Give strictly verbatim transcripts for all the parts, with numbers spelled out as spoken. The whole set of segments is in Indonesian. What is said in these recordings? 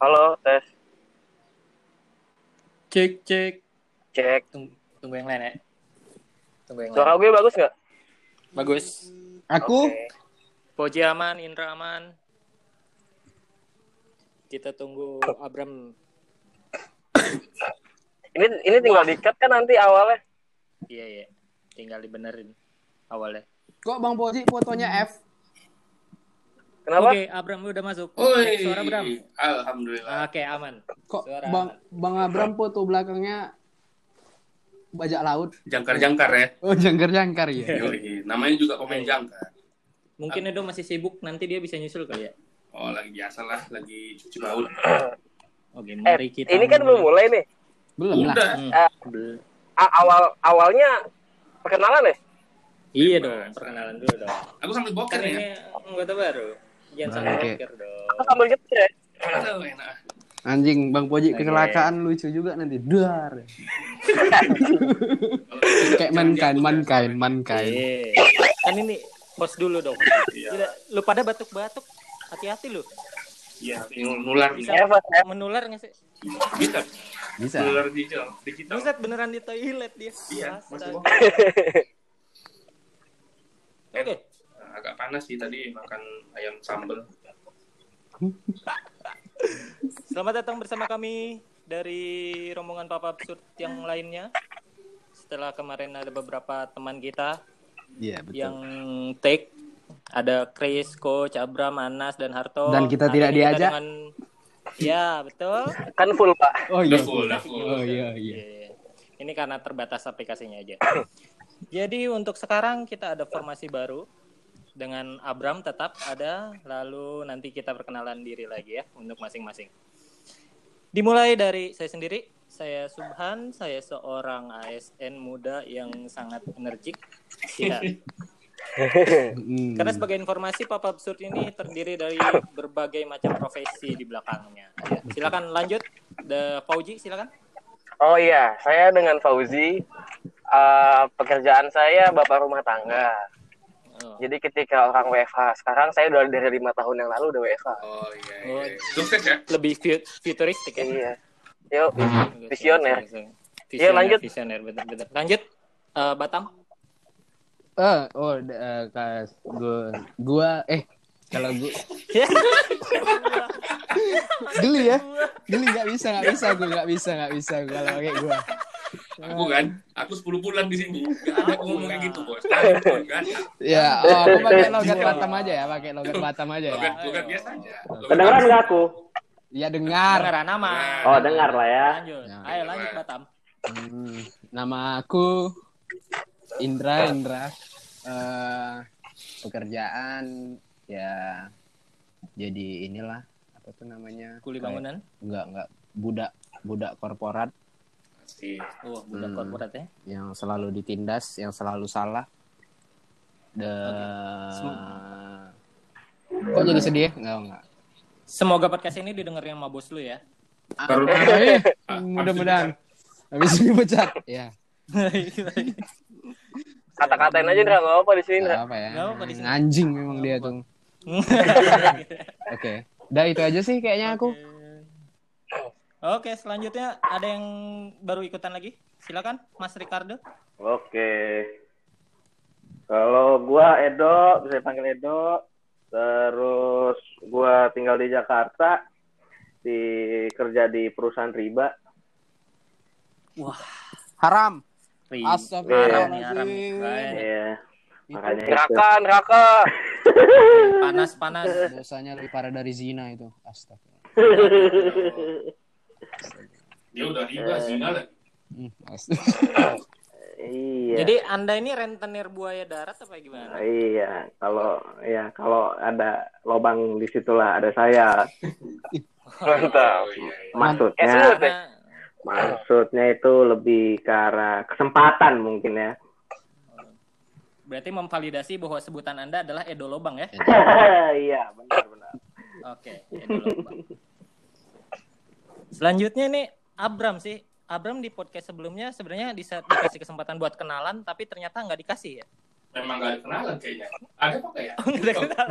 Halo, tes. Cek, cek. Cek. Tunggu, tunggu yang lain ya. Tunggu yang Suara lain. gue bagus nggak? Bagus. Aku? Oke. Poji aman, Indra aman. Kita tunggu Abram. Ini ini tinggal di-cut kan nanti awalnya. Iya, iya. Tinggal dibenerin awalnya. Kok Bang Poji fotonya F? Kenapa? Oke, Abram udah masuk. Oi, Cek suara Abram. Alhamdulillah. Oke, aman. Kok Suara Bang aman. Bang Abram foto belakangnya bajak laut? Jangkar-jangkar ya. Oh, jangkar-jangkar ya. Yoi, namanya juga komen jangkar. Mungkin Edo masih sibuk, nanti dia bisa nyusul kali ya. Oh, lagi biasa lah, lagi cuci baut. Oke, Eh, mari kita. ini kan belum mulai nih. Belum lah. Udah. Hmm. Eh, Bel- A- awal awalnya perkenalan ya? Iya dong, perkenalan dulu dong. Aku sambil boker Kan ya. ini anggota baru. Jangan sampai Oke. boker dong. Aku sambil nyetir ya. Aduh, enak. Anjing, Bang Poji Oke. kecelakaan lucu juga nanti. Dar. Kalau- Kayak mankain, mankain, mankain. Iya. Kan ini pos dulu dong. Iya. Tidak, lu pada batuk-batuk. Hati-hati lu. Iya, yang nular Bisa bisa. Eva, Eva. menular nggak sih? Bisa. Bisa. Nular digital. Digital. Buset, beneran di toilet dia. Iya, masih Astaga. boker. Oke. Agak panas sih tadi makan ayam sambal. Selamat datang bersama kami dari rombongan Papa Absurd yang lainnya. Setelah kemarin ada beberapa teman kita Iya, betul. yang take, ada Chris, Coach, Abram, Anas, dan Harto. Dan kita Hari tidak ini kita diajak. dengan... Ya, betul. Kan full, Pak. Oh Udah iya. full, udah full. Oh iya, iya. Iya. Ini karena terbatas aplikasinya aja. Jadi untuk sekarang kita ada formasi baru dengan Abram tetap ada, lalu nanti kita perkenalan diri lagi ya untuk masing-masing. Dimulai dari saya sendiri, saya Subhan, saya seorang A S N muda yang sangat energik. Ya. Hmm. Karena sebagai informasi, Papa Absurd ini terdiri dari berbagai macam profesi di belakangnya. Ya. Silakan lanjut, The Fauji, silakan. Oh iya, saya dengan Fauzi. Uh, pekerjaan saya bapak rumah tangga. Oh. Jadi ketika orang W F H, sekarang saya udah dari lima tahun yang lalu udah W F H. Oh iya, Oh. iya. Sukses ya. Lebih fu- futuristik ya. Iya. Yuk, visioner. Visioner, Iya, lanjut. Visioner, betul, betul. Lanjut, eh, Batam. Eh, oh, d- eh, kas, gua, gua, eh, kalau gua, geli ya, geli nggak bisa, nggak bisa, gua nggak bisa, nggak bisa, gua kalau kayak gua. Aku kan, aku sepuluh bulan di sini. Gak ada aku ngomong kayak gitu, Bos. Takut kan? Ya, oh, aku pakai logat Batam aja ya, pakai logat Batam aja ya. Logat, logat biasa aja. Logat Kedengeran nggak aku? Ya dengar. Dengar nama. Oh, dengar lah ya. Lanjut. Ya. Ayo lanjut Batam. Hmm, nama aku Indra, Indra. Eh, pekerjaan ya jadi inilah apa tuh namanya? Kuli Kayak- bangunan. Enggak, enggak budak budak korporat Asik. Oh, budak Hmm. korporat ya. yang selalu ditindas, yang selalu salah. Dan kok jadi sedih? Enggak, enggak. Semoga podcast ini didengar sama bos lu ya. Baru Eh, Ah, mudah-mudahan habis dipecat. Ya. Kata-katain aja Indra, nggak apa di sini Indra. Nggak apa ya. Nggak apa di sini. Anjing memang dia tuh. Oke. Udah itu aja sih kayaknya aku. Oke, selanjutnya ada yang baru ikutan lagi. Silakan, Mas Ricardo. Oke. Kalau gua Edo, bisa panggil Edo. Terus gua tinggal di Jakarta, di kerja di perusahaan riba. Wah, Haram. Ri. Astagfirullahaladzim. Haram nih, haram. Baik. Iya. Itu Makanya itu. Neraka, neraka. Panas-panas. dosanya lebih parah dari zina itu. Astagfirullah. dia udah riba zina lah. Hmm, astagfirullah. Iya. Jadi Anda ini rentenir buaya darat apa gimana? Iya, kalau ya kalau ada lobang di situlah ada saya. Mantap. Oh iya, iya. Eh, Maksudnya, semut ya? Karena maksudnya itu lebih ke arah kesempatan mungkin ya. berarti memvalidasi bahwa sebutan Anda adalah Edo Lobang ya? Iya, benar-benar. Oke, Edo Lobang. Selanjutnya nih Abram sih. Abram di podcast sebelumnya sebenarnya bisa dikasih kesempatan buat kenalan, tapi ternyata nggak dikasih ya. Memang gak ada kenalan kayaknya. Ada apa kayak? Oh, nggak ada kenalan.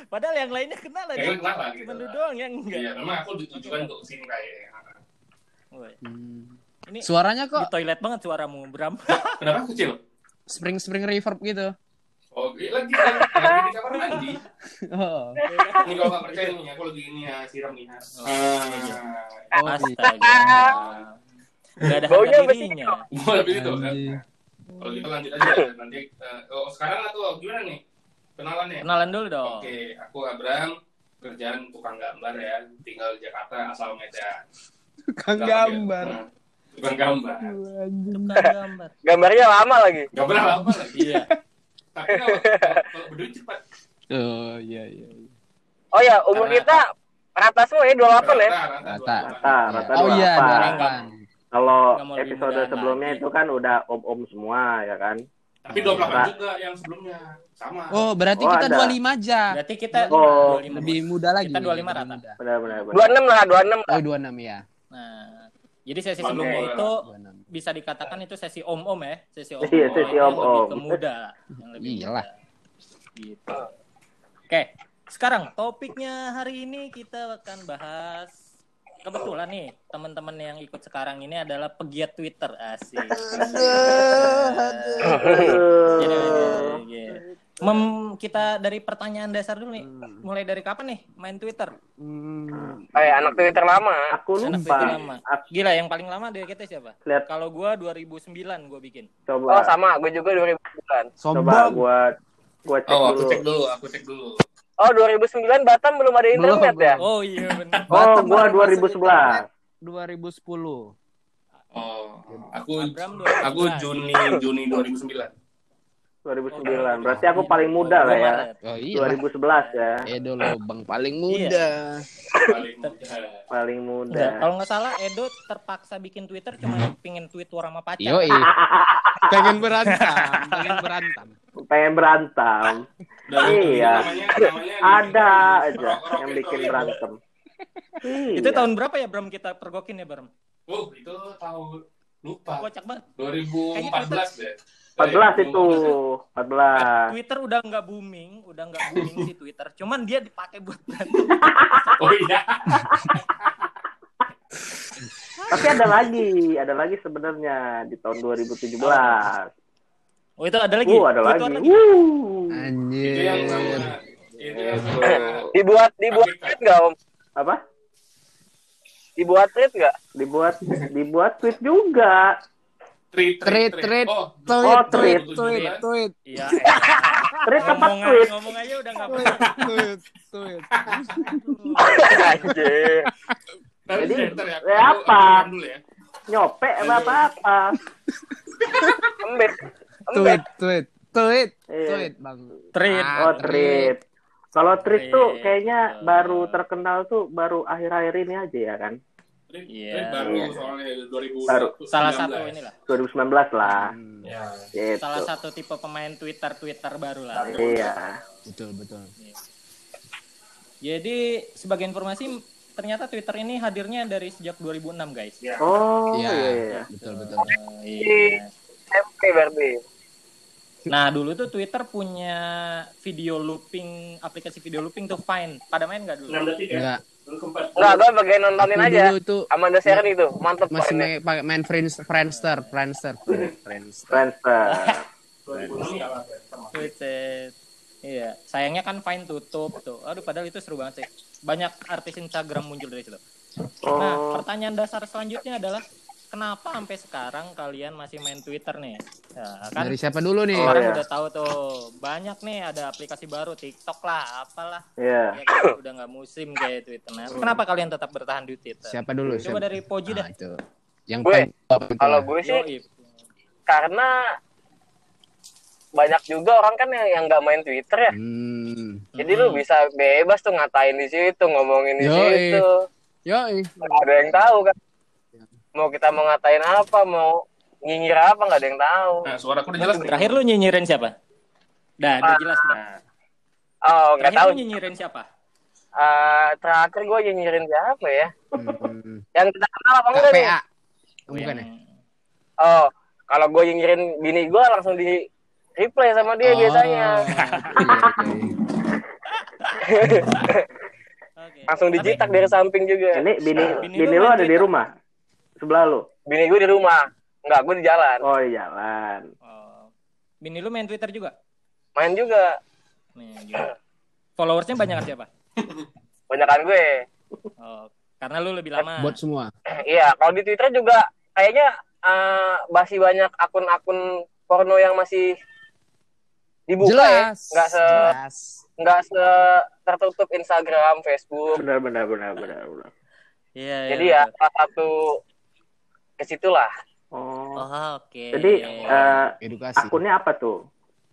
Padahal yang lainnya kenalan. Kayaknya kenalan gitu Cuma lu lah. doang yang enggak. Iya, memang aku ditujukan untuk sini kayaknya. Woi, Hmm. Ini Suaranya di kok toilet banget suaramu, Bram. Kenapa kecil? spring spring reverb gitu. Oh, iya, lagi lagi di kamar mandi. Oh. Ini kalau nggak percaya nih, aku lagi ini ya siram nih. Oh, Ah, Oh, Astaga. Enggak ada Baunya harga bersih. dirinya. boleh begitu kan? anjing. Kalau gitu lanjut aja nanti. eh, oh, sekarang atau gimana nih? Kenalan ya? Kenalan dulu dong. Oke, aku Abram, kerjaan tukang gambar ya, tinggal di Jakarta, asal Medan. Tukang Nggak gambar. pakai- nah, tukang gambar. Anjing. Tukang gambar. Gambarnya lama lagi. Gambar apa lagi? Iya. Tapi kalau kalau- kalau berduit cepat. Oh iya iya. iya. Oh ya, umur Karena- kita rata semua ya, dua puluh delapan ya. Rata. Rata, rata Oh iya, dua puluh dua delapan. delapan. Kalau Nggak mau lebih episode mudahan sebelumnya lagi. itu kan udah om-om semua ya kan. Tapi dua puluh delapan juga yang sebelumnya. Sama. Oh, berarti Oh, kita ada. dua puluh lima aja. Berarti kita Oh, dua puluh lima. Lebih muda lagi. Kita dua puluh lima lebih rata. muda. Benar-benar. dua puluh enam lah, dua puluh enam lah. Oh, dua puluh enam ya. Nah, jadi sesi Oke. sebelumnya itu dua puluh enam. bisa dikatakan itu sesi om-om ya, sesi om. Iya, sesi yang om-om. lebih ke muda, yang lebih Iyalah. muda. Gitu. Oke, sekarang topiknya hari ini kita akan bahas, kebetulan nih teman-teman yang ikut sekarang ini adalah pegiat Twitter, asik. Aduh. Gini, gini, gini. Mem, kita dari pertanyaan dasar dulu nih. Mulai dari kapan nih main Twitter? Hmm. Eh, anak Twitter lama. Aku Anak lupa. Twitter lama. Aku Gila, yang paling lama dari kita siapa? lihat Kalau gua dua ribu sembilan gua bikin. Oh, coba sama, gue juga dua ribu sembilan. coba Sombong. gua gua cek Oh, aku dulu. cek dulu, aku cek dulu. Oh, dua ribu sembilan Batam belum ada internet Belum, ya? Oh iya benar. Oh, Batam gua baru dua masuk ribu sebelas. dua ribu sepuluh. Oh, aku Abram aku dua ribu sebelas. Juni Juni dua ribu sembilan. dua ribu sembilan. Berarti aku paling muda lah ya. Oh iya. dua ribu sebelas ya. Edo Lobang paling muda. Paling muda. Paling Enggak, muda. kalau nggak salah Edo terpaksa bikin Twitter cuma pingin tweet war sama pacar. Yo, pengen berantem, pengen berantem. Pengen berantem. Dan Iya. namanya, namanya Ada Rock- aja Rock yang and bikin Roll. berantem. Itu Iya. tahun berapa ya Bram kita pergokin ya Bram? Oh, itu tahun lupa. Kocak banget. dua ribu empat belas deh. empat belas itu. empat belas. Twitter udah nggak booming, udah nggak booming sih Twitter. Cuman dia dipakai buat berantem. Oh iya. Tapi ada lagi, ada lagi sebenarnya di tahun dua ribu tujuh belas. Oh itu ada lagi. Uh, ada Tweet lagi. war Wuh. Itu yang sama Anjir. itu yang Gitu. sama Dibuat dibuat tweet nggak Om? Apa? Dibuat tweet nggak? Dibuat dibuat tweet juga. Tweet, Tweet, tweet, Oh, tweet, Oh, tweet, tweet. tweet, tweet, Iya. Tweet apa ngomong, tweet? ngomong aja udah nggak tweet, benar. tweet, tweet. Anjir. Tapi Jadi, bentar ya, ya aku- apa? aku dulu ya. Nyope apa apa apa. Embet. Tweet, tweet, tweet, Iya. tweet, Bang. Tweet. Ah, Oh, tweet. Kalau tweet tuh Tweet. kayaknya baru terkenal tuh baru akhir-akhir ini aja ya kan? Tweet, Iya. tweet baru soalnya dua ribu Baru. Salah satu inilah. dua ribu sembilan belas lah. Hmm, Ya. Gitu. Salah satu tipe pemain Twitter Twitter baru lah. Iya. betul, betul. Jadi sebagai informasi ternyata Twitter ini hadirnya dari sejak dua ribu enam guys. Ya. Oh, Iya, iya iya. betul, betul. Oh, iya. M P berarti. Nah dulu tuh Twitter punya video looping, aplikasi video looping tuh Vine. Pada main nggak dulu? enam detik ya. Enggak, Baru keempat. Enggak, gue bagian nontonin aku aja. dulu itu Amanda Sharon itu, mantep masih mainnya. main, pakai main Friends- Friendster, Friendster, Friendster. Friendster. dua ribu enam ya, Pak. Sama. Tweet. Iya, sayangnya kan Vine tutup tuh. Aduh, padahal itu seru banget sih. Banyak artis Instagram muncul dari situ. Nah, Oh, pertanyaan dasar selanjutnya adalah kenapa sampai sekarang kalian masih main Twitter nih? Nah, kan Dari siapa dulu nih? sekarang Oh, iya. udah tahu tuh banyak nih ada aplikasi baru TikTok lah, apalah. iya. Ya kan udah nggak musim kayak Twitter. Nah, kenapa kalian tetap bertahan di Twitter? Siapa dulu? Coba Siapa? dari Poji Ah, dah. itu. Yang Gue, paling top itu Kalau lah. gue sih Yoi. karena banyak juga orang kan yang yang nggak main Twitter ya. Hmm. Jadi lu bisa bebas tuh ngatain di situ, ngomongin di Yoi. situ. Yoi. Nggak ada yang tahu kan. Mau kita mau ngatain apa, mau nyinyir apa, nggak ada yang tahu. Nah, suaraku udah jelas nih. Terakhir lu nyinyirin siapa? Dah, udah Ah. jelas dah. Oh, nggak Terakhir tahu. lu nyinyirin siapa? Eh, terakhir gue nyinyirin siapa ya? Hmm. Yang kita kenal apa enggak nih? K P A. Bukan ya? Oh, kalau gue nyinyirin bini gue langsung di replay sama dia Oh, biasanya. iya, iya. Oke. Langsung Tapi dijitak dari samping juga. Ini bini Bini bini lu lu main ada di Twitter? rumah sebelah lu. Bini gue di rumah. Enggak, gue di jalan. Oh, di jalan. oh, bini lu main Twitter juga? Main juga. Main juga. Followersnya banyakan siapa? Banyakan gue. Oh, karena lu lebih lama. Bot semua. Iya, kalau di Twitter juga kayaknya eh, masih banyak akun-akun porno yang masih dibuka ya. Jelas. Nggak se Jelas. nggak se tertutup Instagram, Facebook. Benar benar benar benar benar. Iya, iya. Jadi ya betul. salah satu ke situlah. Oh. Oh, oke. Jadi eh, Edukasi. akunnya apa tuh?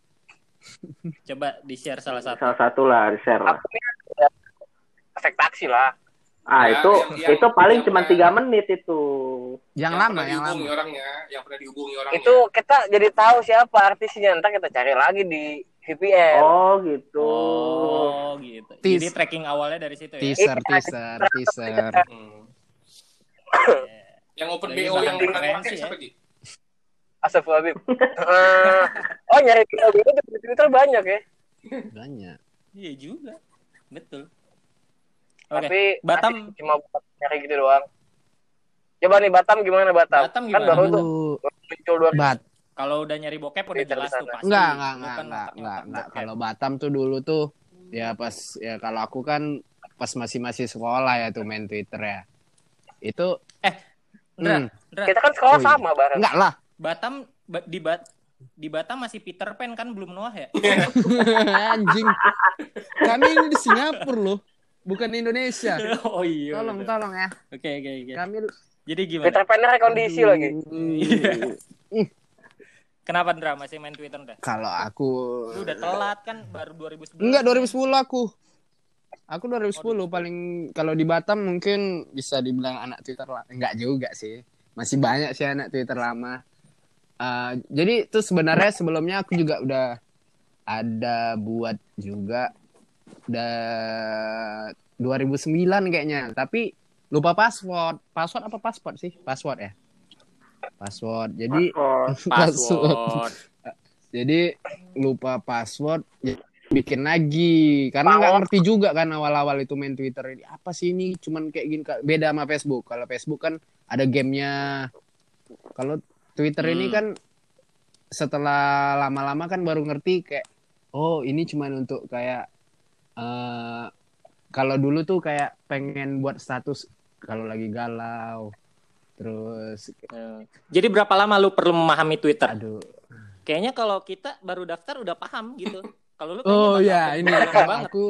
Coba di-share salah satu. Salah satu lah, di share lah. Akunnya ya, efek taksi lah. Ah, Ya, itu yang- yang- itu paling yang cuma pernah- tiga menit itu. Yang, Yang lama, pernah yang dihubungi lama. orangnya, yang pernah dihubungi orangnya. Itu kita jadi tahu siapa artisnya. Ntar kita cari lagi di V P N. Oh, gitu. Oh, gitu. Teas- Jadi tracking awalnya dari situ ya. Teaser, teaser, teaser. Hmm. Iya. Yang open Jadi B O yang bahan pernah referensi pakai ya. siapa, Ji? Astagfirullahaladzim. Eh, oh nyari video itu di Twitter banyak ya. Banyak. Iya juga. Betul. Oke. Tapi Batam asik, cuma buat nyari gitu doang. Coba nih Batam gimana Batam? Batam Kan gimana? baru tuh Dulu. muncul dua. Bat. kalau udah nyari bokep udah Twitter jelas di tuh sana. pasti. Enggak, enggak, Lu enggak, kan enggak, otaknya enggak, otak enggak. bokep. Kalau Batam tuh dulu tuh ya pas ya kalau aku kan pas masih masih sekolah ya tuh main Twitter ya. Itu Ndra, Hmm. Ndra, Kita kan sekolah Oh, iya. sama bareng. enggak lah. Batam ba- di Bat di Batam masih Peter Pan kan belum Noah ya? Anjing. Kami ini di Singapura loh, bukan di Indonesia. Oh iya. Tolong, betul. tolong ya. Oke, oke, oke. Kami Jadi gimana? Peter Pan-nya rekondisi lagi. Kenapa Ndra masih main Twitter Ndra? Kalau aku Lu udah telat kan baru dua ribu sebelas. enggak dua ribu sepuluh aku. Aku dua ribu sepuluh paling kalau di Batam mungkin bisa dibilang anak Twitter lah. Enggak juga sih. Masih banyak sih anak Twitter lama. Uh, jadi itu sebenarnya sebelumnya aku juga udah ada buat juga udah dua ribu sembilan kayaknya, tapi lupa password. Password apa password sih? Password ya. Password. Jadi Oh, Password. Jadi lupa password, ya bikin lagi karena nggak ngerti juga kan awal-awal itu main Twitter ini apa sih ini cuman kayak gini Kak. Beda sama Facebook. Kalau Facebook kan ada gamenya. Kalau Twitter ini Hmm. kan setelah lama-lama kan baru ngerti kayak oh ini cuman untuk kayak eh kalau dulu tuh kayak pengen buat status kalau lagi galau terus Eh, Jadi berapa lama lu perlu memahami Twitter? aduh Kayaknya kalau kita baru daftar udah paham gitu. Kalau lu kayaknya oh bakal ya ini belum kalau banget. aku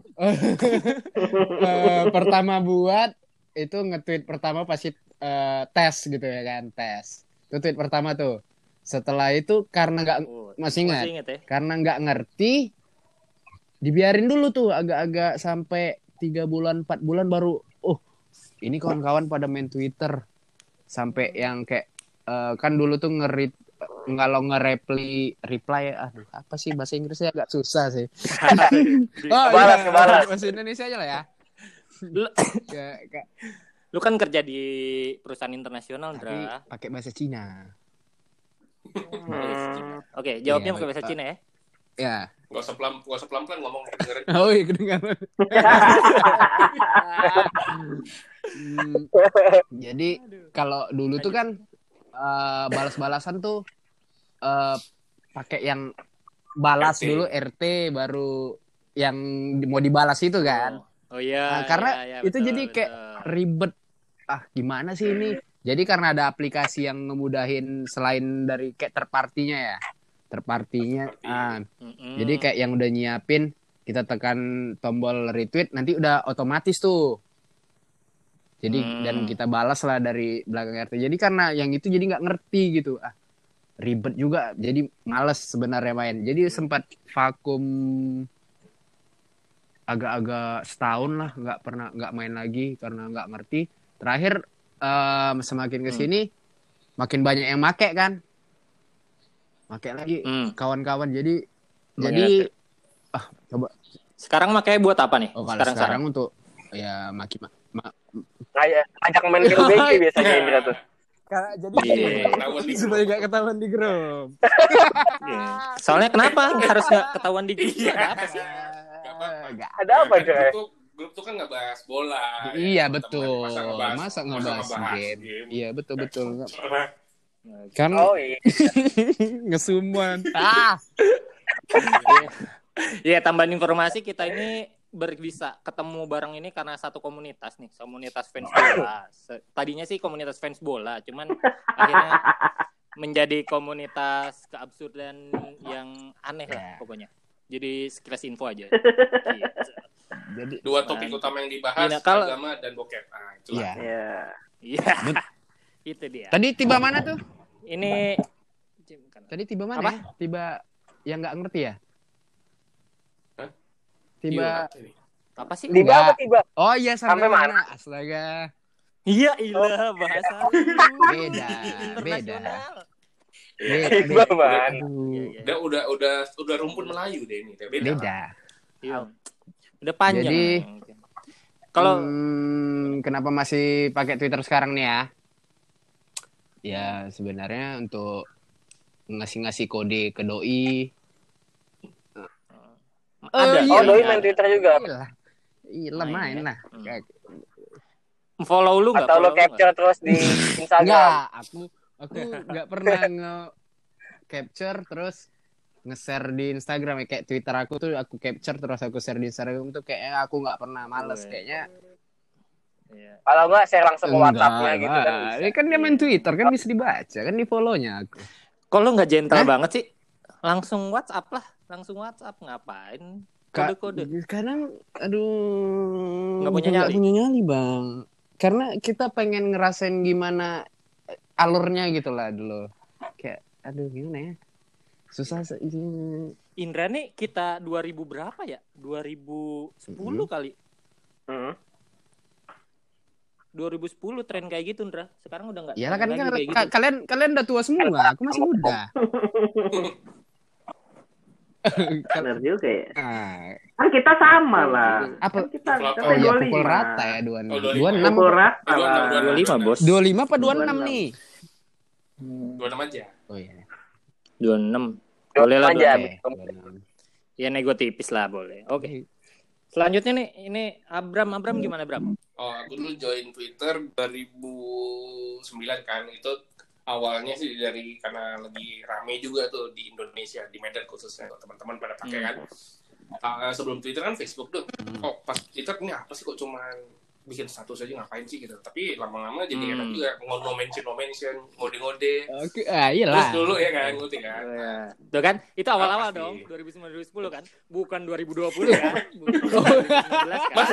eh, pertama buat itu nge-tweet pertama pasti eh, tes gitu ya kan tes itu tweet pertama tuh setelah itu karena nggak Oh, masih ingat masih ingat ya? karena nggak ngerti dibiarin dulu tuh agak-agak sampai tiga bulan empat bulan baru oh ini kawan-kawan pada main Twitter sampai yang kayak eh, kan dulu tuh ngerit kalau nge-reply reply aduh apa sih bahasa Inggrisnya agak susah sih oh Kebalas, iya kebalas. bahasa Indonesia aja lah ya Lu, Kayak- kayak- lu kan kerja di perusahaan internasional, tapi Ndra. pakai bahasa Cina Oke, jawabnya Iya, pakai bahasa Pak. Cina ya. ya Gak usah pelan, gak usah pelan-pelan ngomong dengerin. oh iya kedengaran Hmm, jadi kalau dulu tuh kan eh, balas-balasan tuh eh, pakai yang balas R T. dulu R T baru yang mau dibalas itu kan. Oh, oh iya. Nah, karena iya, iya, itu betul, jadi kayak betul. ribet. Ah, gimana sih ini? Jadi karena ada aplikasi yang ngemudahin selain dari kayak third party-nya ya. Third party-nya. Ah, Mm-mm. jadi kayak yang udah nyiapin kita tekan tombol retweet nanti udah otomatis tuh. Jadi Hmm. dan kita balas lah dari belakang R T. Jadi karena yang itu jadi nggak ngerti gitu. Ah, ribet juga. Jadi males sebenarnya main. Jadi sempat vakum agak-agak setahun lah nggak pernah nggak main lagi karena nggak ngerti. Terakhir em, semakin kesini makin banyak yang make kan. Make lagi Hmm. kawan-kawan. Jadi Banyak. jadi ah coba Sekarang makanya buat apa nih? oh kalau sekarang, sekarang, untuk ya maki ma, ma- Ngajak ajak main game B G biasanya Indra tuh. jadi Iya. Ketahuan di supaya nggak ketahuan di grup. Iya. Soalnya kenapa harus nggak ketahuan di grup? Ada apa sih? apa-apa. Nggak. Ada apa, Kan Coy? grup tuh, grup tuh kan ngebahas bola. Iya ya, betul. Masa ngebahas, Masa ngebahas game. Iya betul betul. Karena Kan Oh iya. ngesumuan. Ah. Iya, tambahan informasi kita ini ber- bisa ketemu bareng ini karena satu komunitas nih, komunitas fans bola. Se- Tadinya sih komunitas fans bola, cuman akhirnya menjadi komunitas keabsurdan yang aneh lah Ya. pokoknya. Jadi sekilas info aja. Gitu. Jadi dua topik Mantap. utama yang dibahas, Iya, kalau- agama dan bokep. Ah, itulah. Iya. Iya. Iya. Itu dia. Tadi tiba mana tuh? Ini Tadi tiba mana Apa? ya? Tiba yang nggak ngerti ya? Hah? Tiba. Iya, ini. apa sih? Tiba Enggak. apa tiba? Oh iya sampai, Sampai mana? Astaga. Iya, ilah bahasa. Beda, beda. Internasional. Iya. Tiba Beda. man. Aduh, Iya, iya. Udah udah udah udah rumpun Melayu deh ini. Beda. lah. beda. Iya. Udah panjang. Jadi, emang. Kalau Hmm, kenapa masih pakai Twitter sekarang nih ya? Ya sebenarnya untuk ngasih-ngasih kode ke doi. ada iya. Oh, doi ada. main Twitter juga. Iya, iya Main main ya. lah. Hmm. Follow lu nggak? Atau lo Follow lu capture terus di Instagram. Enggak, aku aku nggak pernah nge capture terus nge-share di Instagram ya. Kayak Twitter aku tuh aku capture terus aku share di Instagram tuh kayaknya aku nggak pernah males Weh. kayaknya. Iya. Kalau enggak share langsung ke Enggak, WhatsApp-nya gitu kan. Pak. bisa. Ini kan dia main Twitter kan bisa dibaca kan di follow-nya aku. Kok lu nggak gentle Hah? banget sih? Langsung WhatsApp lah, langsung WhatsApp ngapain? Ka- Kode-kode. Kadang aduh Nggak punya nggak nyali? punya nyali, Bang. Karena kita pengen ngerasain gimana alurnya gitu lah dulu. Kayak aduh gimana ya? Susah se- Indra nih kita dua ribu berapa ya? dua ribu sepuluh kali. Hmm. dua ribu sepuluh tren kayak gitu, Indra. Sekarang udah enggak. Iyalah kan lagi kan- kayak gitu. ka- kalian kalian udah tua semua, aku masih muda. Benar juga ya. Ah, Kan kita sama lah. apa Kan kita kita oh iya dua puluh pukul lima. rata ya dua puluh enam. Oh, dua puluh lima. dua puluh enam Pukul rata dua puluh enam, lah. dua dua puluh lima, Bos. dua puluh lima apa dua puluh enam dua puluh enam. nih? Dua enam aja. Oh iya. dua puluh enam. Boleh lah aja. dua puluh enam. Oke, dua puluh enam. Ya nego tipis lah boleh. Oke. Selanjutnya nih ini Abram Abram gimana, Bram? Oh, aku dulu join Twitter dua ribu sembilan kan. Itu awalnya sih dari karena lagi rame juga tuh di Indonesia, di Medan khususnya teman-teman pada pakai kan. Uh, sebelum Twitter kan Facebook tuh. Oh, pas Twitter ini apa sih kok cuman bikin status aja ngapain sih gitu. Tapi lama-lama jadi Hmm. enak juga no mention no mention, ngode-ngode. Oke, ah Terus iyalah. dulu ya kan, ngerti kan. Tuh kan, itu awal-awal Pasti. dong, dua ribu sembilan dua ribu sepuluh kan, bukan dua ribu dua puluh kan, bukan dua ribu sembilan belas kan.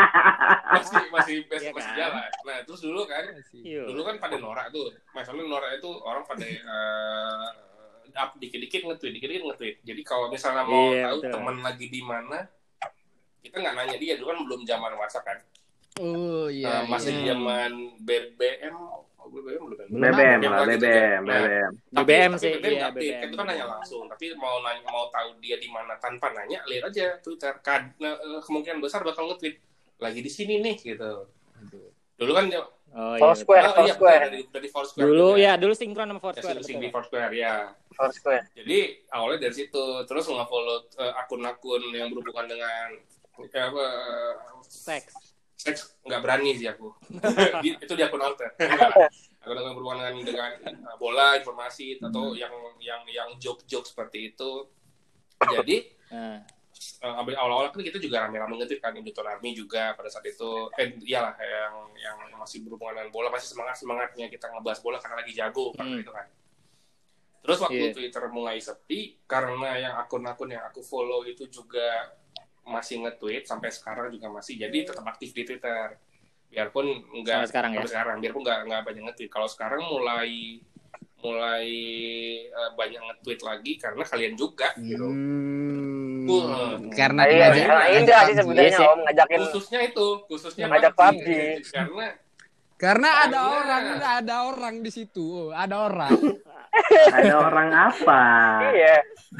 Masih masih masih, Iya masih kan? jalan. Nah, terus dulu kan Iya. dulu kan pada norak tuh. Masalahnya norak itu orang pada uh, up dikit-dikit nge-tweet, dikit-dikit nge-tweet. Jadi kalau misalnya mau Iya, tahu betul. teman lagi di mana, kita nggak nanya dia. Dulu kan belum zaman WhatsApp kan. Oh iya. Uh, masih iya. zaman B B M, oh, B B M belum. Belum B B M ada. lah, B B M, B Nah, B M. B B M tapi, sih, tapi B B M iya, nggak update. B B M. Kan itu kan nanya langsung. Tapi mau nanya, mau tahu dia di mana tanpa nanya, lihat aja Twitter. Kad, nah, kemungkinan besar bakal nge-tweet lagi di sini nih gitu. Dulu kan dia- Oh iya. Foursquare, oh, iya, Foursquare. dari dari Foursquare. Dulu juga. ya, dulu sinkron sama Ya, Foursquare. sing- sing di betul. Foursquare ya. Foursquare. Jadi awalnya dari situ, terus nge-follow uh, akun-akun yang berhubungan dengan ya, apa, uh, Seks. seks nggak berani sih aku. Di- itu di akun alter. Akun yang berhubungan dengan, dengan uh, bola, informasi atau yang yang yang joke-joke seperti itu. Jadi Nah, uh, awal-awal kan kita juga rame-rame nge-tweet kan Indonesian Army juga pada saat itu. Eh iyalah yang yang masih berhubungan dengan bola, masih semangat-semangatnya kita ngebahas bola karena lagi jago pada Hmm. itu kan. Terus waktu Iya. Twitter mulai sepi karena yang akun-akun yang aku follow itu juga masih nge-tweet sampai sekarang juga masih, jadi tetap aktif di Twitter biarpun enggak Sampai sekarang ya? sampai sekarang biarpun enggak enggak banyak nge-tweet. Kalau sekarang mulai mulai uh, banyak nge-tweet lagi karena kalian juga gitu. Hmm, Uh, karena Iya, ngajak- karena ngajak Indra sih P U B G. sebenarnya Iya sih. Om ngajakin Khususnya itu, khususnya Ngajak P U B G. P U B G. Karena Karena ada Karena- orang, udah ada orang di situ. Oh, ada orang. Ada orang apa? iya.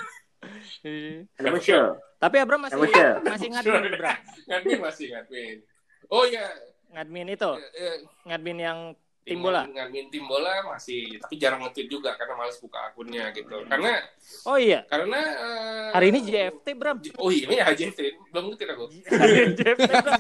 Ada muncul. tapi Abram masih Yang lucu. masih ngadmin, Bram. ngadmin masih ngadmin. Oh ya, Ngadmin itu, eh, ngadmin yang Tim bola. Ngadmin tim bola masih, tapi jarang nge-tweet juga karena malas buka akunnya gitu. Karena Oh iya. karena uh, Hari ini J F T, Bram. Oh iya, ya J F T. Belum ngerti aku. J F T, Bram.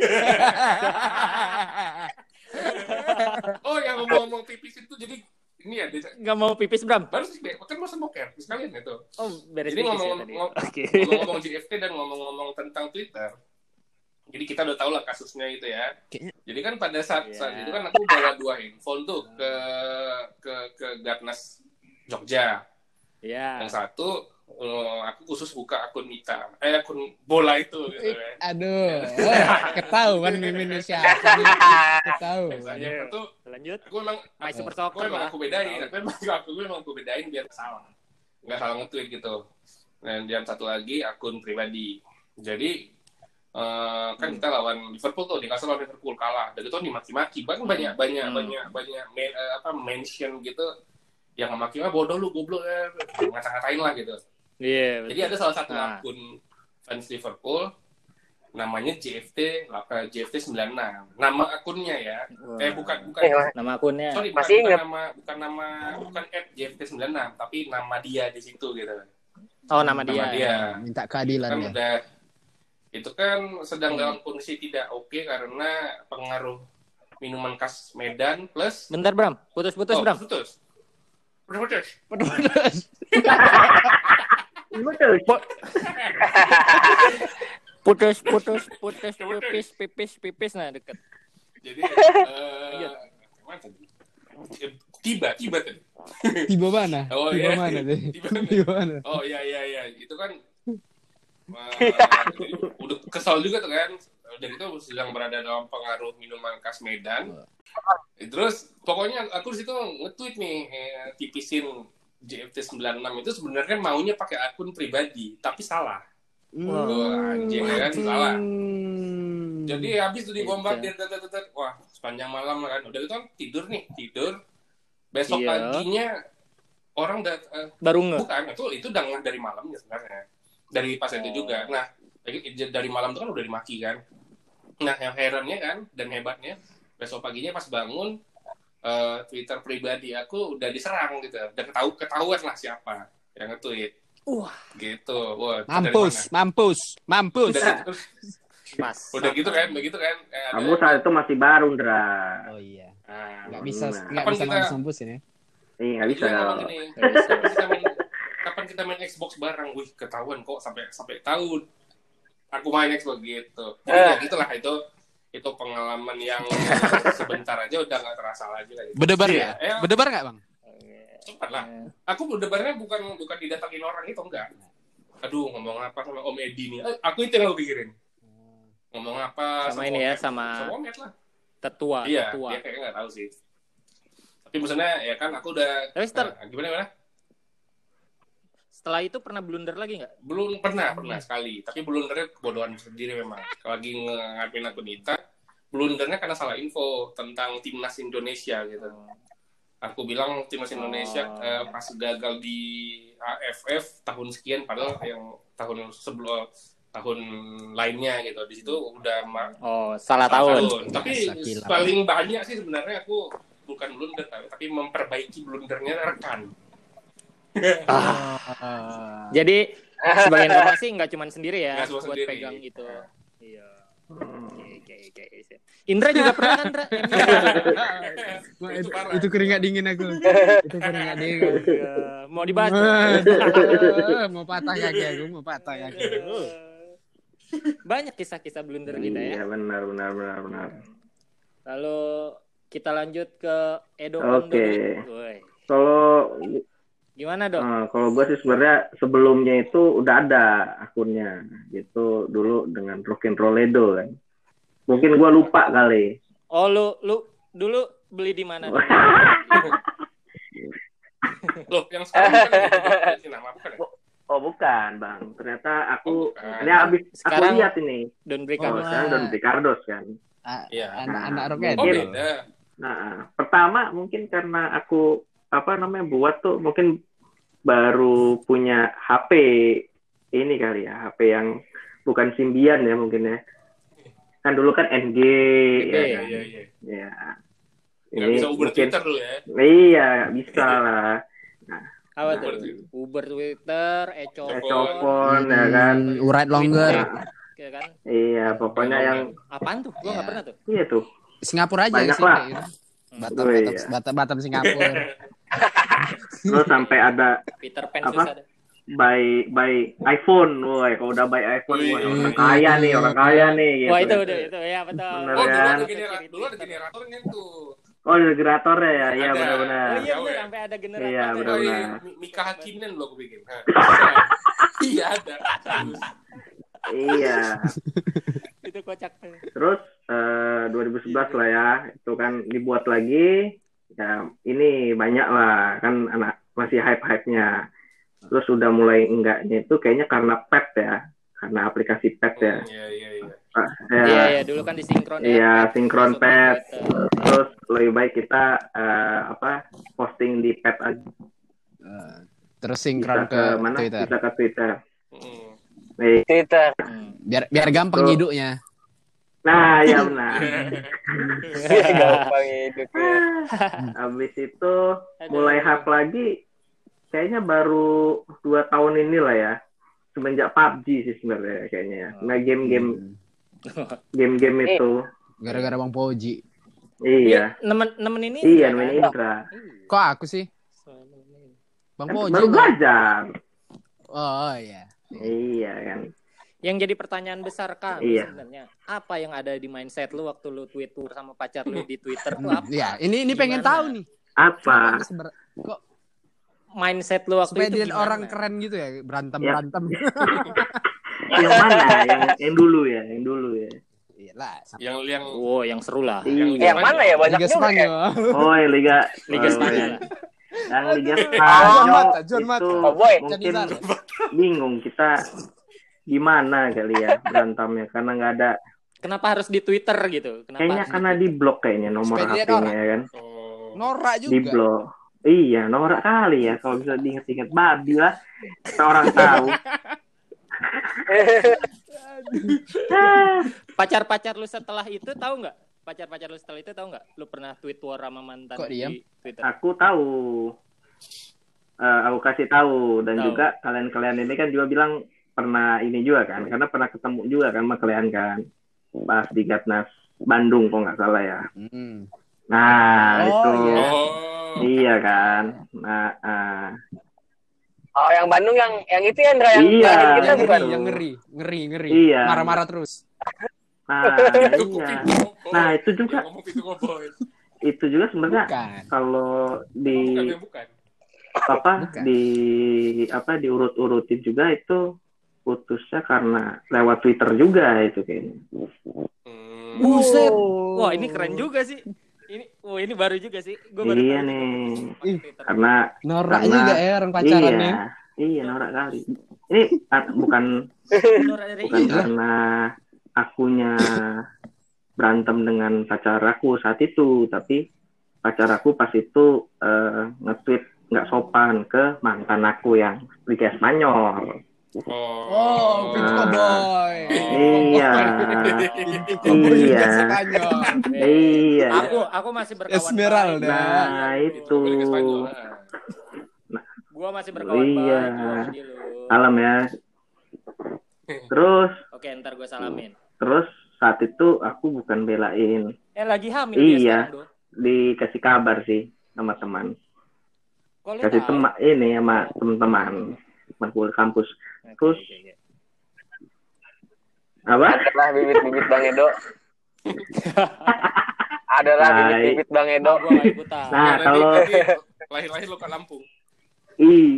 Oh, yang ngomong-ngomong pipis itu jadi ini ya, Nggak mau pipis, Bram? baru sih deh, kan bosan boker sekalian itu. Oh, beres Jadi pipis ngomong, ya tadi. ngomong, Oke. ngomong-ngomong J F T dan ngomong-ngomong tentang Twitter. Jadi kita udah tahu lah kasusnya itu ya. Jadi kan pada saat, Yeah. saat itu kan aku bawa dua handphone tuh ke ke ke Garnas Jogja. Iya. Yang satu uh, aku khusus buka akun Mita, eh akun bola itu gitu kan. Aduh, ketahuan miminnya siapa nih. Ketahuan. Yang satu Lanjut. aku emang My aku, Super aku Soccer emang lah. aku bedain, tapi emang aku gue emang aku bedain biar salah, nggak salah nge-tweet gitu. Dan yang satu lagi akun pribadi. Jadi uh, kan kita lawan Liverpool tuh, dikasih lawan Liverpool kalah, dan itu dimaki-maki, bahkan banyak banyak Hmm. banyak banyak me- uh, apa mention gitu, yang maki ah bodoh lu goblok ya, ngata-ngatain lah gitu. Iya. Jadi ada salah satu Nah. akun fans Liverpool namanya J F T uh, J F T sembilan enam. Nama akunnya ya. Eh bukan bukan Eh, Nama akunnya. sorry bukan, Masih bukan ingat. nama bukan nama bukan at J F T sembilan enam, tapi nama dia di situ gitu. Oh, nama dia. Nama dia. Minta Kan keadilan ya. udah itu kan sedang Hmm. dalam kondisi tidak oke karena pengaruh minuman khas Medan plus Bentar, Bram. Putus-putus, oh, Bram. putus. Putus. Pedes. Betul. Putus, putus, putus, pipis, pipis, pipis. Nah, deket. Jadi eh mana tadi? Tiba, tiba tadi. Tiba mana? Oh, Tiba iya. mana deh? Tiba mana? Tiba mana? Oh iya iya iya, itu kan uh, udah kesal juga tuh kan. Dan itu sedang berada dalam pengaruh minuman khas Medan. Terus pokoknya aku di situ nge-tweet nih, eh, tipisin J F T sembilan enam itu sebenarnya maunya pakai akun pribadi, tapi salah. Wah, anjing ya kan, salah. Hmm. Jadi habis tuh dibombardir, tet, tet, tet. Wah sepanjang malam lah kan. Udah itu kan tidur nih, tidur. Besok Iya. paginya orang udah uh, Baru nge. bukan itu itu udah dari malamnya sebenarnya, dari pas itu Oh. juga. Nah dari malam itu kan udah dimaki kan. Nah yang herannya kan dan hebatnya besok paginya pas bangun uh, Twitter pribadi aku udah diserang gitu, udah ketahu ketahuan lah siapa yang nge-tweet. Wah, Gitu. Wah, itu dari Mampus, mana? mampus, mampus. Udah gitu, pas. udah gitu kan, begitu kan. Eh, ada- Kamu saat itu masih baru, Ndra. Oh iya. Ah, Nggak bisa, Nah. nggak Kapan bisa kita- mampus-mampusin ya. Iya, nggak bisa. Juga ngomong dong. gini, Nggak bisa. kapan kita main, kapan kita main Xbox bareng? Wih, ketahuan kok sampai sampai tahu aku main Xbox gitu. Jadi Eh. ya gitulah itu itu pengalaman yang sebentar aja udah nggak terasa lagi lah. Gitu. Berdebar Iya, nggak? ya, Berdebar nggak bang? cepat lah. Aku berdebarnya bukan bukan didatangin orang itu enggak. Aduh, ngomong apa sama Om Edi nih? Eh, aku itu yang aku pikirin. Ngomong apa Sama ini ya, Om Ed? sama sama Om Ed lah. tetua, Iya, tetua. dia kayaknya nggak tahu sih. Tapi maksudnya ya kan aku udah Tapi setelah, nah, gimana gimana? setelah itu pernah blunder lagi nggak? Belum pernah, pernah sekali. Tapi blundernya kebodohan sendiri memang. Lagi ngadmin akun Nita, blundernya karena salah info tentang timnas Indonesia gitu. Aku bilang timnas Indonesia Oh. eh, pas gagal di A F F tahun sekian, padahal yang tahun sebelum tahun lainnya gitu. Di situ udah ma- Oh, salah salah tahun. Tapi Biasa, gila. paling banyak sih sebenarnya aku bukan blunder, tapi memperbaiki blundernya rekan. Ah. Jadi sebagai informasi nggak cuma sendiri ya Nggak cuma buat sendiri. pegang gitu. Iya. Oke, oke, oke. Indra juga pernah kan, Indra? Wah, Itu itu, parah. itu keringat dingin aku. Itu keringat dingin. Iya. Mau dibahas? Eh, mau patah kaki aku, mau patah kaki. Banyak kisah-kisah blunder kita ya. Iya, benar, benar, benar, benar. Lalu kita lanjut ke Edo Oke. Kondo. Woi. Kalau Gimana, Dok? eh, kalau gue sih sebenarnya sebelumnya itu udah ada akunnya gitu dulu dengan Rock'n'Rolledo kan. Mungkin gue lupa kali. Oh, lu lu dulu beli di mana? Dok? Loh, yang sekarang bukan ya? Nama bukan ya? Oh bukan bang, ternyata aku Oh, bukan. ini habis Sekarang- aku lihat ini. Don Break Oh, Wah. sekarang Don Ricardos kan. Ah, Iya. Anak-anak roket. Oh, Mungkin. beda. Nah, pertama mungkin karena aku apa namanya buat tuh mungkin baru punya H P ini kali ya, H P yang bukan Symbian ya mungkin ya. Kan dulu kan N G N G, ya, Iya, kan? iya, iya. Ya. Nggak ini bisa Uber mungkin Twitter dulu ya. iya nggak bisa lah. Apa Uber tuh? Twitter. Uber Twitter, Ecopon, Ecopon ya kan. Hmm, Write longer. ya kan? Iya, pokoknya yang Apaan tuh? Gua nggak Iya. pernah tuh. iya tuh. Singapura aja Banyak sih lah. kayak gitu. Batam, Oh, Batam, iya. Batam, Batam, Singapura. Terus sampai ada Peter Pan Apa? susah deh. buy buy iPhone, woi kalau udah buy iPhone, Wih. wah orang kaya nih, orang kaya nih gitu. Wah itu udah itu ya betul. Bener Oh, dulu kan? ada generator, dulu ada generatornya tuh. Oh, ada generatornya ya, iya Ada. benar-benar. Oh iya Jauh bener ya? sampai ada generator. Iya, Oh, benar. iya, Mi- Mika Hakkinen loh aku bikin. Hah. Iya ada. Terus, Iya. Itu kocak. Terus eh, dua ribu sebelas lah ya, itu kan dibuat lagi. Ya, ini banyak lah kan anak masih hype-hype-nya. Terus udah mulai enggaknya itu kayaknya karena Pet ya, karena aplikasi Pet ya. hmm, iya iya iya. Ah, Iya ya. iya dulu kan disinkron ya. Iya, Pet, sinkron masuk ke Pet. Twitter. Terus lebih baik kita eh, apa posting di Pet aja. Eh, Terus Bisa sinkron ke, ke mana? Twitter. Bisa ke Twitter. Hmm. Nih. Twitter. Hmm. Biar biar gampang Tuh. hidupnya. Nah, ya benar. Gampang hidupnya. Habis itu mulai hype lagi kayaknya baru dua tahun inilah ya. Semenjak P U B G sih sebenarnya kayaknya ya. Nah, game-game Hmm. game-game Eh. itu. Gara-gara Bang Poji. Iya. Nemen nemen ini. Iya, kan? main Indra. Kok aku sih? Bang Kan Poji. baru Bang. belajar. Oh iya. Iya kan. Yang jadi pertanyaan besar kami Iya. sebenarnya, apa yang ada di mindset lu waktu lu tweet tuh sama pacar lu di Twitter tuh apa? Iya, ini ini pengen Gimana? tahu nih. Apa? Seber- Kok Mindset lu waktu supaya itu dilihat gimana? orang keren gitu ya, berantem-berantem. Yang mana? Yang yang dulu ya, yang dulu ya. Iyalah. Yang yang Wow, yang seru lah. Iya. Yang mana ya? Banyak Liga juga ya. Spanyol. Oh, yang Liga Liga oh, Spanyol lah. Yang Liga John Spanyol Mata, John itu Mata. Oh, boy. mungkin Janizar. bingung kita gimana kali ya berantamnya karena nggak ada. Kenapa harus di Twitter gitu? Kenapa Kayaknya harus karena di... di blok kayaknya nomor Supaya dilihat H P-nya orang. ya kan. oh. Norak Di juga. blok. Iya, norak kali ya kalau bisa diingat-ingat babi lah. Orang tahu. Pacar-pacar lu setelah itu tahu nggak? Pacar-pacar lu setelah itu tahu nggak? Lu pernah tweet war sama mantan Kok diam? di Twitter? Aku tahu. Eh, aku kasih tahu dan Tahu. juga kalian-kalian ini kan juga bilang pernah ini juga kan, karena pernah ketemu juga kan sama kalian kan pas di Gatnas Bandung kok nggak salah ya. Hmm. Nah Oh, itu iya. Oh. iya kan. Nah, ah. Oh, yang Bandung yang yang itu ya, Andra, yang Iya. terakhir kita Yang bukan? ngeri, yang ngeri, ngeri, ngeri. Iya. Marah-marah terus. nah Itu iya. kuping ngomong. Nah itu juga Yang ngomong itu ngomong. itu juga sebenarnya Bukan. kalau di Bukan yang bukan. apa Bukan. di apa diurut-urutin juga itu putusnya karena lewat Twitter juga itu kayaknya. Hmm. Buset. Oh. Wah, ini keren juga sih. Ini oh ini baru juga sih. Gua baru Iya tahu nih. juga pakai Twitter. Karena Norak Karena- juga ya orang pacaran iya, nih. iya norak kali. Ini ah, bukan Norak dari bukan iya. karena akunya berantem dengan pacar aku saat itu, tapi pacar aku pas itu eh, nge-tweet nggak sopan ke mantan aku yang Liga Spanyol. Oh. Oh, pintu Nah. cowboy. Iya. Pintu cowboy Iya. Liga Spanyol. Iya. Aku aku masih berkawan Esmeralda. baik. Nah, itu. Liga Spanyol. Nah. Gua masih berkawan Iya. baik gua sama dia, lu. Alam ya. Terus Oke, ntar gue salamin. terus saat itu aku bukan belain, Eh lagi hamil Iya. dia sekarang, Do. dikasih kabar sih sama teman. Kok lu Kasih tahu? teman ini sama teman-teman teman kuliah kampus. Oke, Terus oke, oke. apa? Adalah bibit-bibit Bang Edo. Adalah Nah, bibit-bibit Bang Edo. Gua gak ikutan. Nah, Nanti- kalau nanti lahir-lahir lo ke Lampung. i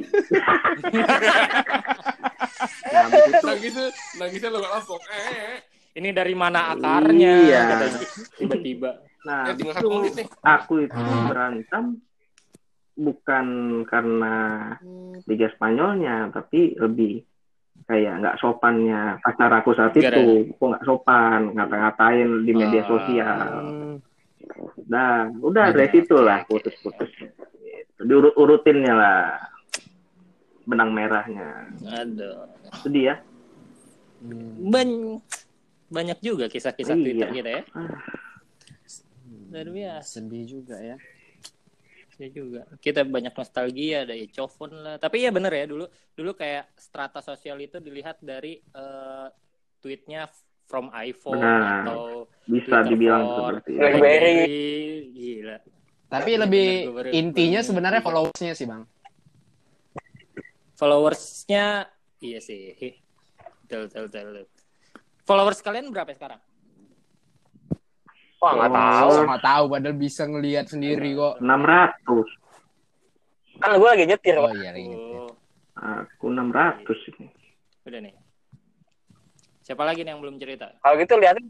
nah, habis itu Nangisnya, nangisnya lo ke Lampung. Eh, Ini dari mana akarnya? Iya. Katanya. Tiba-tiba. nah, eh, habis tinggal itu satu menit nih. aku itu berantem bukan karena Liga Spanyolnya, tapi lebih kayak nggak sopannya pacar aku saat Gara- itu. Kok nggak sopan, ngata-ngatain di media Ah. sosial. Hmm. Nah, udah Iya, dari situ oke, lah oke. putus-putus. Gitu. Diurut-urutinnya lah benang merahnya. Aduh. Sedih ya. Hmm. Ban- banyak juga kisah-kisah Iya. Twitter kita ya. luar biasa. Sedih juga ya. Ya juga. Kita banyak nostalgia, ada Ecofon lah. Tapi ya bener ya dulu dulu kayak strata sosial itu dilihat dari uh, tweetnya from iPhone Benar. atau Bisa Twitter dibilang for seperti itu. BlackBerry. Gila. Tapi Iya, lebih bener, gua baru- intinya baru- sebenarnya baru- followersnya sih bang. Followersnya iya sih. Betul, betul, betul. Followers kalian berapa sekarang? Wah nggak Oh. tahu. Oh, nggak tahu padahal bisa ngelihat sendiri kok. enam ratus. Kan gue lagi nyetir. Oh Pak. iya lagi nyetir. Oh, Aku enam ratus ini. udah nih. Siapa lagi nih yang belum cerita? Kalau gitu liatin.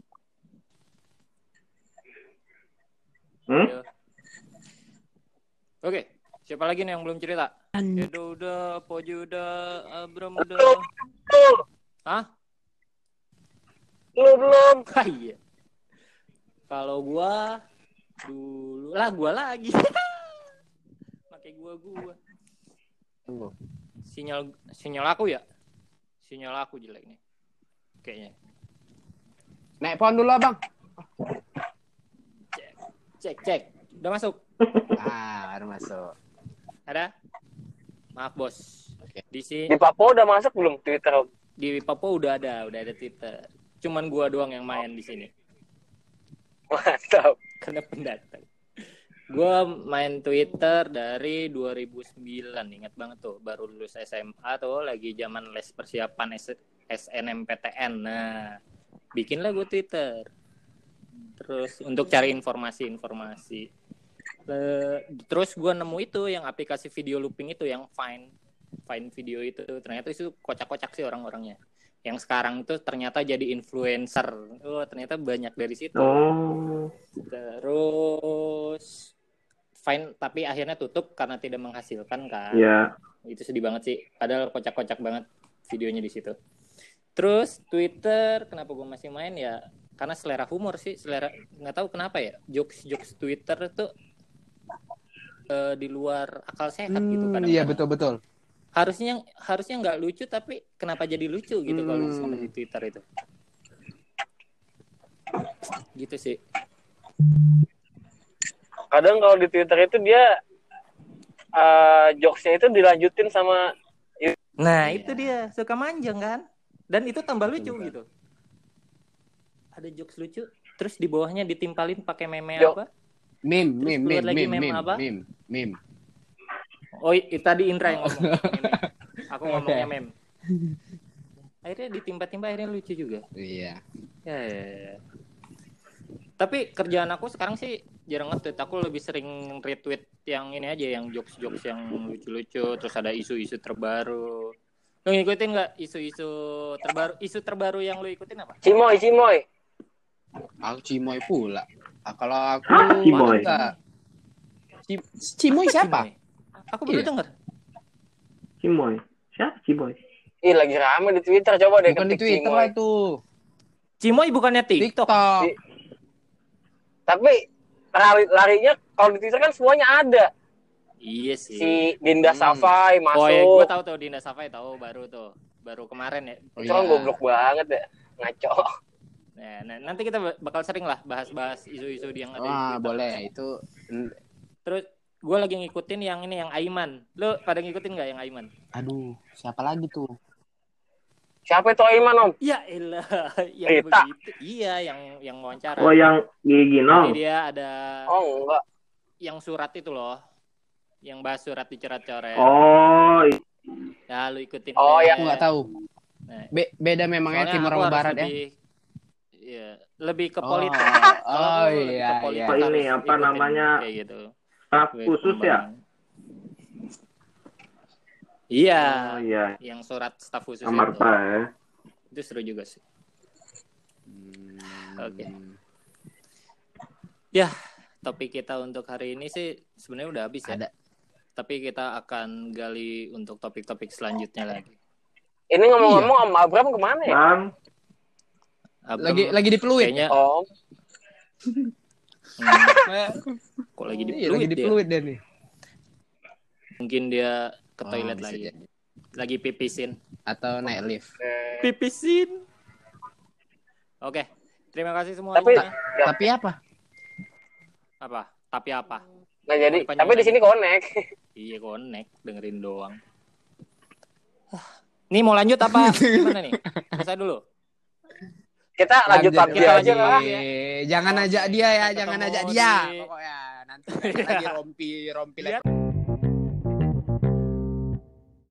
Hmm? Ayo. Oke, siapa lagi nih yang belum cerita? Edo udah, Poji udah, Abram udah. Hah? Lu belum. Ah, iya. Kalau gua dulu lah gua lagi. Pakai gua gua. Tunggu. Sinyal sinyal aku ya? Sinyal aku jelek nih. Kayaknya. Naik pohon dulu abang. Cek cek. Udah masuk? Ah baru masuk. Ada? Maaf bos. Oke. Di sini Di Papua udah masuk belum Twitter? di Papua udah ada, udah ada Twitter. Cuman gua doang yang main di sini. Mantap. Karena pendatang. Gue main Twitter dari dua ribu sembilan, ingat banget tuh, baru lulus S M A tuh, lagi zaman les persiapan S N M P T N. Nah, bikinlah gue Twitter. Terus untuk cari informasi-informasi. Terus gue nemu itu yang aplikasi video looping itu, yang Vine, Vine video itu. Ternyata itu kocak-kocak sih orang-orangnya. Yang sekarang itu ternyata jadi influencer. Oh, ternyata banyak dari situ. Oh. Terus Vine tapi akhirnya tutup karena tidak menghasilkan kan. Iya. Itu sedih banget sih. Padahal kocak-kocak banget videonya di situ. Terus Twitter, kenapa gue masih main ya? Karena selera humor sih, selera nggak tahu kenapa ya. Jokes-jokes Twitter tuh uh, di luar akal sehat Hmm, gitu kadang-kadang. iya betul-betul. Harusnya harusnya nggak lucu tapi kenapa jadi lucu gitu Hmm. kalau sama di Twitter itu. Gitu sih. Kadang kalau di Twitter itu dia uh, jokesnya itu dilanjutin sama. Nah, Iya. itu dia, suka manjang kan? Dan itu tambah lucu Betul, gitu. Ada jokes lucu, terus di bawahnya ditimpalin pakai meme Yo. apa? Meme, Terus meme, keluar meme, lagi meme, meme meme, apa? meme, meme. Oh, i- tadi Indra yang ngomong meme. Aku ngomongnya meme. Akhirnya ditimpa-timpa akhirnya lucu juga. Iya. Ya, ya, ya. Tapi kerjaan aku sekarang sih jarang nge-tweet. Aku lebih sering retweet yang ini aja, yang jokes-jokes yang lucu-lucu. Terus ada isu-isu terbaru. Lu ngikutin nggak isu-isu terbaru? Isu terbaru yang lu ikutin apa? Cimoy, Cimoy. Aku Cimoy pula. Ah, kalau aku Hah, Cimoy? enggak. Ci- Cimoy siapa? Cimoy. Aku baru Iya. denger. Cimoy. Siapa Cimoy? Ih lagi rame di Twitter, coba deh Bukan di ketik Twitter Cimoy. lah itu. Cimoy bukannya TikTok. TikTok. Di- Tapi lari larinya kalau di Twitter kan semuanya ada. Iya sih. Si Dinda Hmm. Safai masuk. Oh ya, gue tahu tuh Dinda Safai tahu baru tuh, baru kemarin ya. Oh, Itu kan iya. goblok banget ya, ngaco. Nah, nah, nanti kita bakal sering lah bahas-bahas isu-isu yang ada di Wah, Twitter. boleh itu. Terus gue lagi ngikutin yang ini, yang Aiman. Lo pada ngikutin nggak yang Aiman? Aduh, siapa lagi tuh? Siapa itu Aiman, Om? Ya elah, yang Rita. begitu. Iya, yang yang wawancara. Oh, yang Gigi Jadi Nong. dia ada Oh, enggak. yang surat itu loh, yang bahas surat dicoret-coret. Oh, i- Ya, lu ikutin. Oh, deh. yang- Aku nggak tahu. Nah, Be- beda memangnya soalnya timur aku sama harus barat ya. lebih, iya, lebih ke Oh, politik. oh, Kalau aku lebih iya, ke politik, iya. harus Ini apa ikutin namanya? Kayak gitu. staf Lebih khusus ya? perkembangan. Iya, Oh iya, yang surat staf khusus Amarta itu. ya. Itu seru juga sih. Hmm. Oke. Ya, topik kita untuk hari ini sih sebenarnya udah habis ya. Ada. Tapi kita akan gali untuk topik-topik selanjutnya lagi. Ini ngomong-ngomong Om Abram kemana ya? Bang, Abram, Lagi lagi di Pluit. kayaknya Om. hmm, kok lagi di Iya, lagi di dia? Pluit deh nih. Mungkin dia ke Oh, toilet bisa lagi. jadi. Lagi pipisin. Atau naik lift. Eh, Pipisin. Oke. Terima kasih semua. Tapi- semuanya. Tapi apa? Apa? Tapi apa? Nggak jadi. Dipanjangin Tapi di lagi. sini connect. Iya connect, dengerin doang. Nih mau lanjut apa gimana nih? Selesai dulu. Kita lanjut Lanjut, P U B G kita aja lanjut lah. lagi ya. Jangan Oke, ajak dia ya, kita jangan ketemu ajak dia. di- Pokoknya nanti lagi rompi rompi Lihat.